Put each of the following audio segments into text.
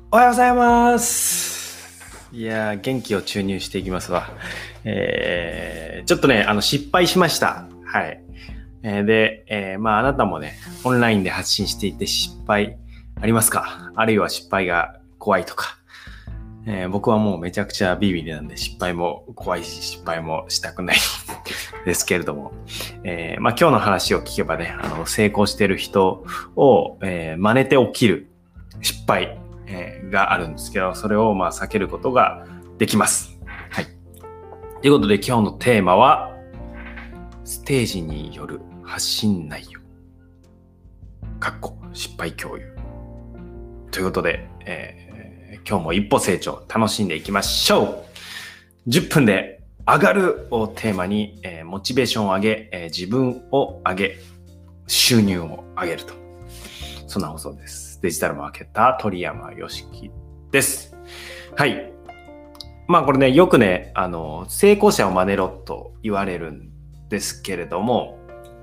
おはようございます。いやー、元気を注入していきますわ。ちょっとね、失敗しました。はい。あなたもね、オンラインで発信していて失敗ありますか？あるいは失敗が怖いとか。僕はもうめちゃくちゃビビりなんで失敗も怖いし失敗もしたくないですけれども、今日の話を聞けばね、成功してる人を、真似て起きる失敗、があるんですけど、それを避けることができます。はい。ということで今日のテーマは、ステージによる発信内容。失敗共有。ということで、今日も一歩成長楽しんでいきましょう。10分で上がるをテーマに、モチベーションを上げ、自分を上げ、収入を上げると。そんな放送です。デジタルマーケッター鳥山よしきです。はい。これね、よくね、成功者を真似ろと言われるんですけれども、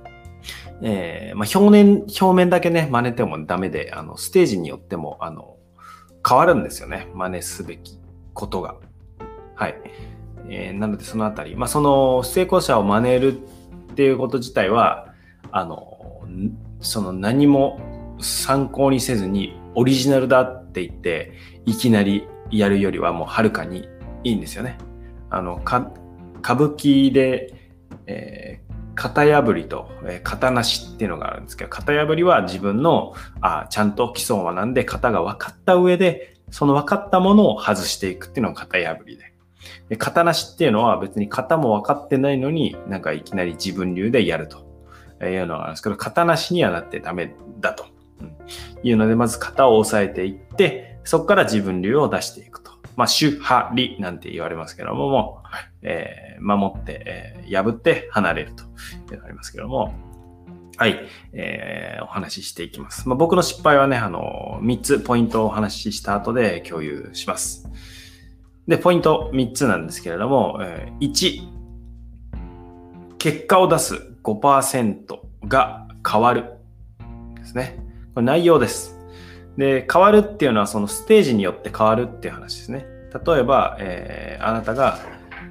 表面だけね、真似てもダメで、ステージによっても、変わるんですよね。真似すべきことが。はい。なのでそのあたり、その成功者を真似るっていうこと自体は、その何も参考にせずにオリジナルだって言っていきなりやるよりはもうはるかにいいんですよね。歌舞伎で、型破りと、型なしっていうのがあるんですけど、型破りは自分のちゃんと基礎を学んで型が分かった上でその分かったものを外していくっていうのが型破りで、型なしっていうのは別に型も分かってないのになんかいきなり自分流でやるというのがあるんですけど、型なしにはなってダメだというので、まず型を押さえていってそこから自分流を出していくと。主張りなんて言われますけども、守って、破って離れるというのがありますけども、はい、お話ししていきます。僕の失敗はね、3つポイントをお話しした後で共有します。で、ポイント3つなんですけれども、1、結果を出す 5% が変わるですね。これ内容です。で、変わるっていうのはそのステージによって変わるっていう話ですね。例えば、あなたが、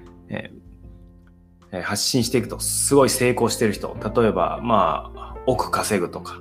発信していくとすごい成功してる人、例えば億稼ぐとか、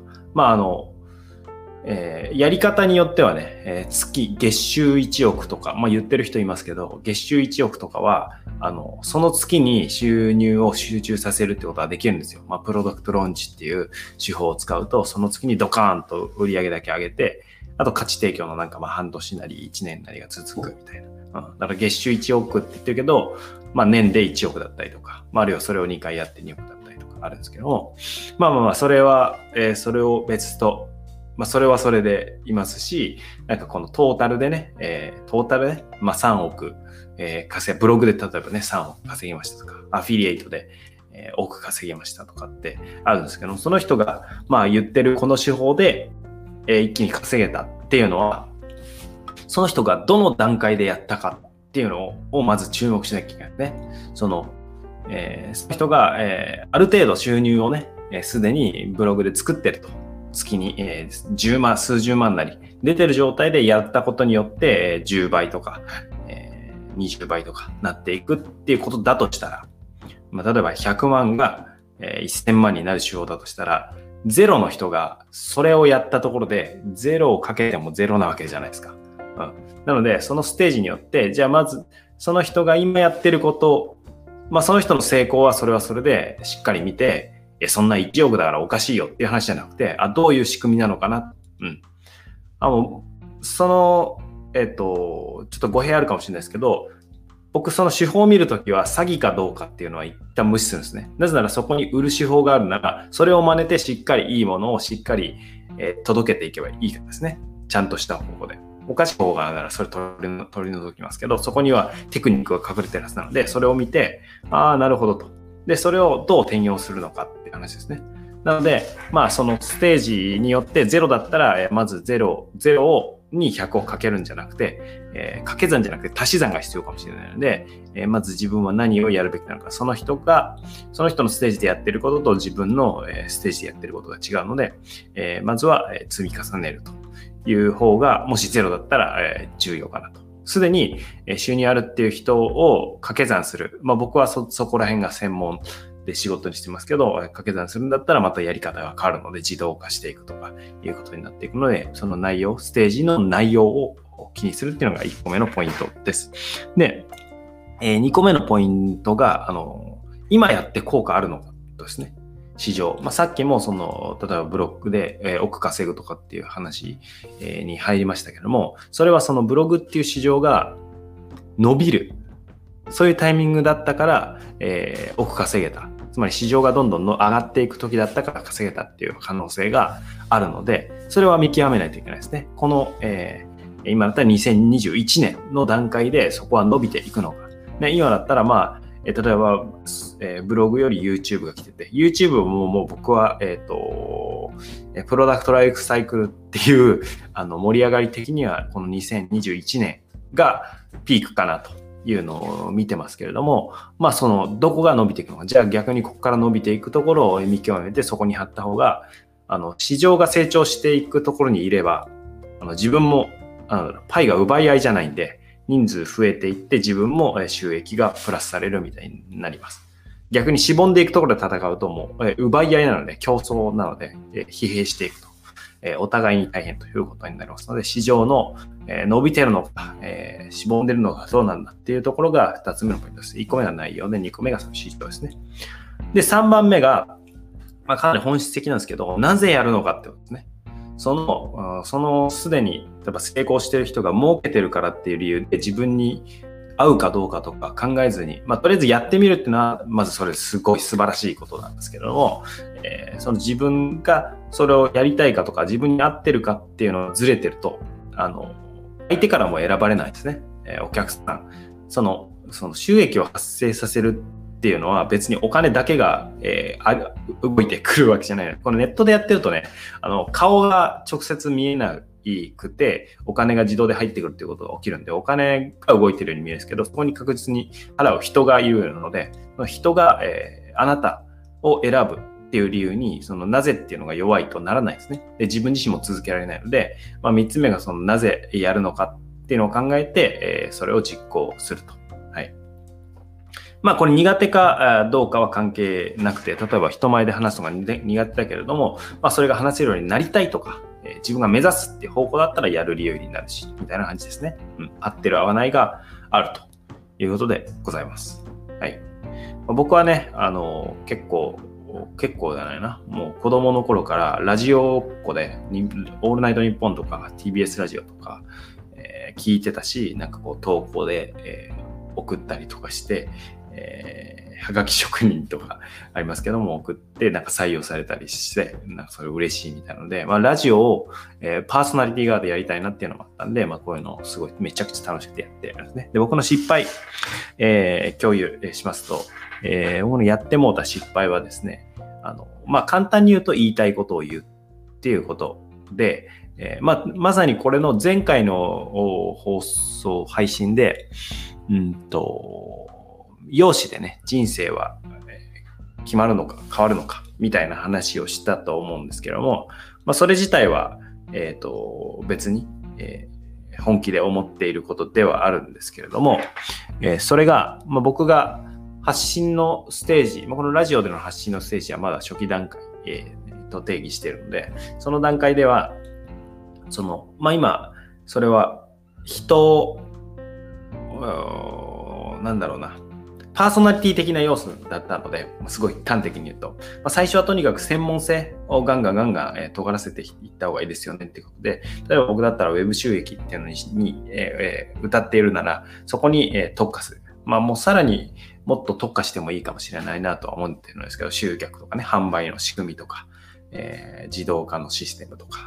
やり方によってはね、月収1億とか、言ってる人いますけど、月収1億とかはその月に収入を集中させるってことができるんですよ。プロダクトローンチっていう手法を使うと、その月にドカーンと売り上げだけ上げて、あと価値提供の半年なり1年なりが続くみたいな。だから月収1億って言ってるけど、年で1億だったりとか、あるいはそれを2回やって2億だったりとかあるんですけども、それは、それを別と、それはそれでいますし、このトータルでね、3億、ブログで例えばね、3億稼ぎましたとか、アフィリエイトで、億稼ぎましたとかってあるんですけど、その人が、言ってるこの手法で、一気に稼げたっていうのは、その人がどの段階でやったかっていうのをまず注目しなきゃいけないね。その人が、ある程度収入をね、すでにブログで作ってると。月に、10万、数十万なり出てる状態でやったことによって、10倍とか、20倍とかなっていくっていうことだとしたら、例えば100万が、1000万になる手法だとしたら、ゼロの人がそれをやったところでゼロをかけてもゼロなわけじゃないですか。なのでそのステージによって、じゃあまずその人が今やってることを、その人の成功はそれはそれでしっかり見て、そんな1億だからおかしいよっていう話じゃなくて、どういう仕組みなのかな。そのちょっと語弊あるかもしれないですけど、僕その手法を見るときは詐欺かどうかっていうのは一旦無視するんですね。なぜならそこに売る手法があるなら、それを真似てしっかりいいものをしっかり、届けていけばいいからですね。ちゃんとした方法で。おかしい方があるならそれ取り除きますけど、そこにはテクニックが隠れてるはずなので、それを見て、なるほどと。で、それをどう転用するのかっていう話ですね。なので、そのステージによってゼロだったら、まずゼロに100をかけるんじゃなくて、掛け算じゃなくて足し算が必要かもしれないので、まず自分は何をやるべきなのか、その人のステージでやってることと自分のステージでやってることが違うので、まずは積み重ねるという方が、もしゼロだったら、重要かなと。すでに収入あるっていう人を掛け算する。僕はそこら辺が専門で仕事にしてますけど、掛け算するんだったらまたやり方が変わるので自動化していくとかいうことになっていくので、その内容、ステージの内容を気にするっていうのが1個目のポイントです。で、2個目のポイントが、今やって効果あるのかですね。市場。さっきも例えばブロックで億稼ぐとかっていう話に入りましたけども、それはそのブログっていう市場が伸びる。そういうタイミングだったから、億稼げた。つまり市場がどんどん上がっていく時だったから稼げたっていう可能性があるので、それは見極めないといけないですね。この、今だったら2021年の段階でそこは伸びていくのか。今だったら例えば、ブログより YouTube が来てて、YouTube もう僕は、プロダクトライフサイクルっていう盛り上がり的にはこの2021年がピークかなというのを見てますけれども、どこが伸びていくのか、じゃあ逆にここから伸びていくところを見極めてそこに貼った方が、市場が成長していくところにいれば、自分もパイが奪い合いじゃないんで、人数増えていって自分も収益がプラスされるみたいになります。逆にしぼんでいくところで戦うともう奪い合いなので、競争なので疲弊していくと、お互いに大変ということになりますので、市場の伸びてるのか、しぼんでるのかどうなんだっていうところが2つ目のポイントです。1個目が内容で、2個目がその市場ですね。で、3番目が、かなり本質的なんですけど、なぜやるのかってことですね。すでに例えば成功してる人が儲けてるからっていう理由で自分に合うかどうかとか考えずに、とりあえずやってみるっていうのはまずそれすごい素晴らしいことなんですけれども、その自分がそれをやりたいかとか自分に合ってるかっていうのがずれてると、相手からも選ばれないですね。お客さん、その収益を発生させるっていうのは別にお金だけが、動いてくるわけじゃない。このネットでやってるとね、顔が直接見えないくて、お金が自動で入ってくるっていうことが起きるんで、お金が動いてるように見えるんですけど、そこに確実に払う人がいるので、その人が、あなたを選ぶっていう理由に、なぜっていうのが弱いとならないですね。で、自分自身も続けられないので、3つ目がなぜやるのかっていうのを考えて、それを実行すると。はい。これ苦手かどうかは関係なくて、例えば人前で話すのが苦手だけれども、それが話せるようになりたいとか、自分が目指すっていう方向だったらやる理由になるし、みたいな感じですね。合ってる合わないがあるということでございます。はい。僕はね、結構じゃないな。もう子供の頃からラジオっ子で、オールナイトニッポンとか TBS ラジオとか、聞いてたし、投稿で、送ったりとかして、はがき職人とかありますけども送って採用されたりしてそれ嬉しいみたいなので、ラジオを、パーソナリティ側でやりたいなっていうのもあったんで、こういうのをすごいめちゃくちゃ楽しくてやってるんですね。で、僕の失敗、共有しますと、僕のやってもうた失敗はですね、簡単に言うと言いたいことを言うっていうことで、まさにこれの前回の放送配信で容姿でね、人生は決まるのか変わるのかみたいな話をしたと思うんですけども、それ自体は、別に、本気で思っていることではあるんですけれども、それが、僕が発信のステージ、このラジオでの発信のステージはまだ初期段階、と定義しているので、その段階では今それは人パーソナリティ的な要素だったので、すごい端的に言うと、最初はとにかく専門性をガンガン尖らせていった方がいいですよねってことで、例えば僕だったらウェブ収益っていうのに、歌っているなら、そこに、特化する。もうさらにもっと特化してもいいかもしれないなとは思ってるんですけど、集客とかね、販売の仕組みとか、自動化のシステムとか、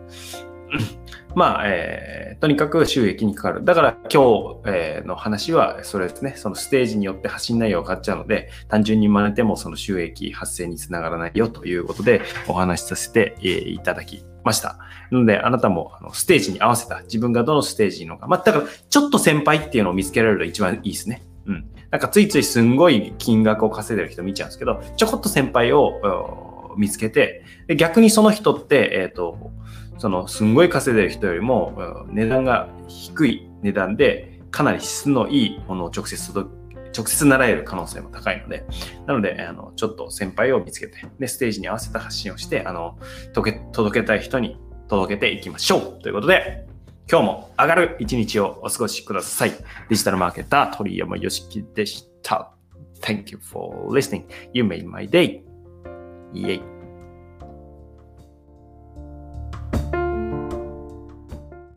とにかく収益にかかる。だから今日、の話はそれですね。そのステージによって発信内容が変わっちゃうので、単純に真似てもその収益発生につながらないよということでお話しさせていただきました。なのであなたもステージに合わせた自分がどのステージにいるのか。だからちょっと先輩っていうのを見つけられると一番いいですね。ついついすんごい金額を稼いでる人見ちゃうんですけど、ちょこっと先輩を見つけて、逆にその人って、 すんごい稼いでる人よりも、値段が低い値段で、かなり質のいいものを直接習える可能性も高いので、なので、ちょっと先輩を見つけて、で、ステージに合わせた発信をして、届けたい人に届けていきましょうということで、今日も上がる一日をお過ごしください。デジタルマーケター、鳥山よしきでした。Thank you for listening. You made my day. イエイ。